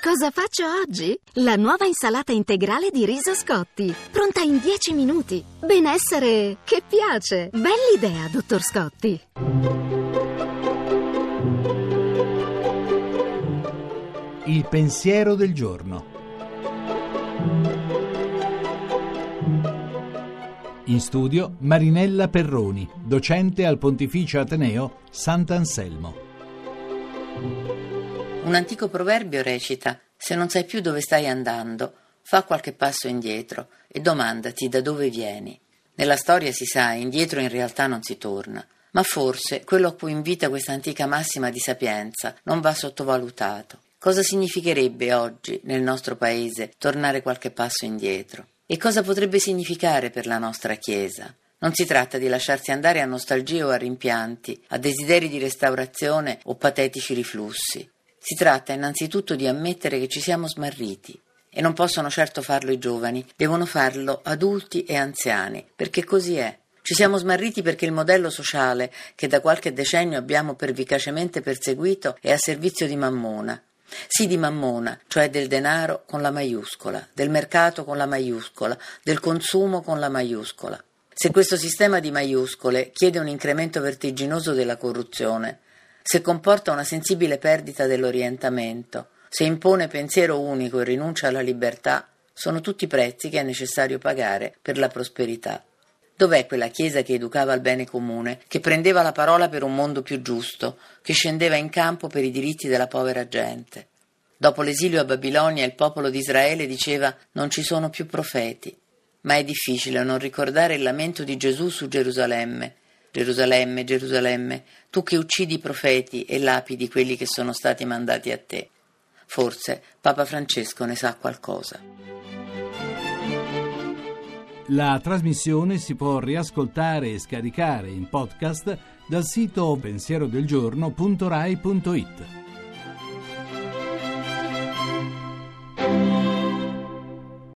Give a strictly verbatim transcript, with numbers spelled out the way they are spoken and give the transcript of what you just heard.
Cosa faccio oggi? La nuova insalata integrale di riso Scotti, pronta in dieci minuti. Benessere che piace. Bell'idea, dottor Scotti. Il pensiero del giorno. In studio Marinella Perroni, docente al Pontificio Ateneo Sant'Anselmo. Un antico proverbio recita: se non sai più dove stai andando, fa qualche passo indietro e domandati da dove vieni. Nella storia, si sa, indietro in realtà non si torna, ma forse quello a cui invita questa antica massima di sapienza non va sottovalutato. Cosa significherebbe oggi nel nostro paese tornare qualche passo indietro? E cosa potrebbe significare per la nostra Chiesa? Non si tratta di lasciarsi andare a nostalgie o a rimpianti, a desideri di restaurazione o patetici riflussi. Si tratta innanzitutto di ammettere che ci siamo smarriti. E non possono certo farlo i giovani, devono farlo adulti e anziani, perché così è. Ci siamo smarriti perché il modello sociale che da qualche decennio abbiamo pervicacemente perseguito è a servizio di Mammona. Sì, di Mammona, cioè del denaro con la maiuscola, del mercato con la maiuscola, del consumo con la maiuscola. Se questo sistema di maiuscole chiede un incremento vertiginoso della corruzione, se comporta una sensibile perdita dell'orientamento, se impone pensiero unico e rinuncia alla libertà, sono tutti prezzi che è necessario pagare per la prosperità. Dov'è quella Chiesa che educava al bene comune, che prendeva la parola per un mondo più giusto, che scendeva in campo per i diritti della povera gente? Dopo l'esilio a Babilonia il popolo di Israele diceva: non ci sono più profeti. Ma è difficile non ricordare il lamento di Gesù su Gerusalemme. Gerusalemme, Gerusalemme, tu che uccidi i profeti e lapidi quelli che sono stati mandati a te. Forse Papa Francesco ne sa qualcosa. La trasmissione si può riascoltare e scaricare in podcast dal sito pensierodelgiorno punto rai punto it.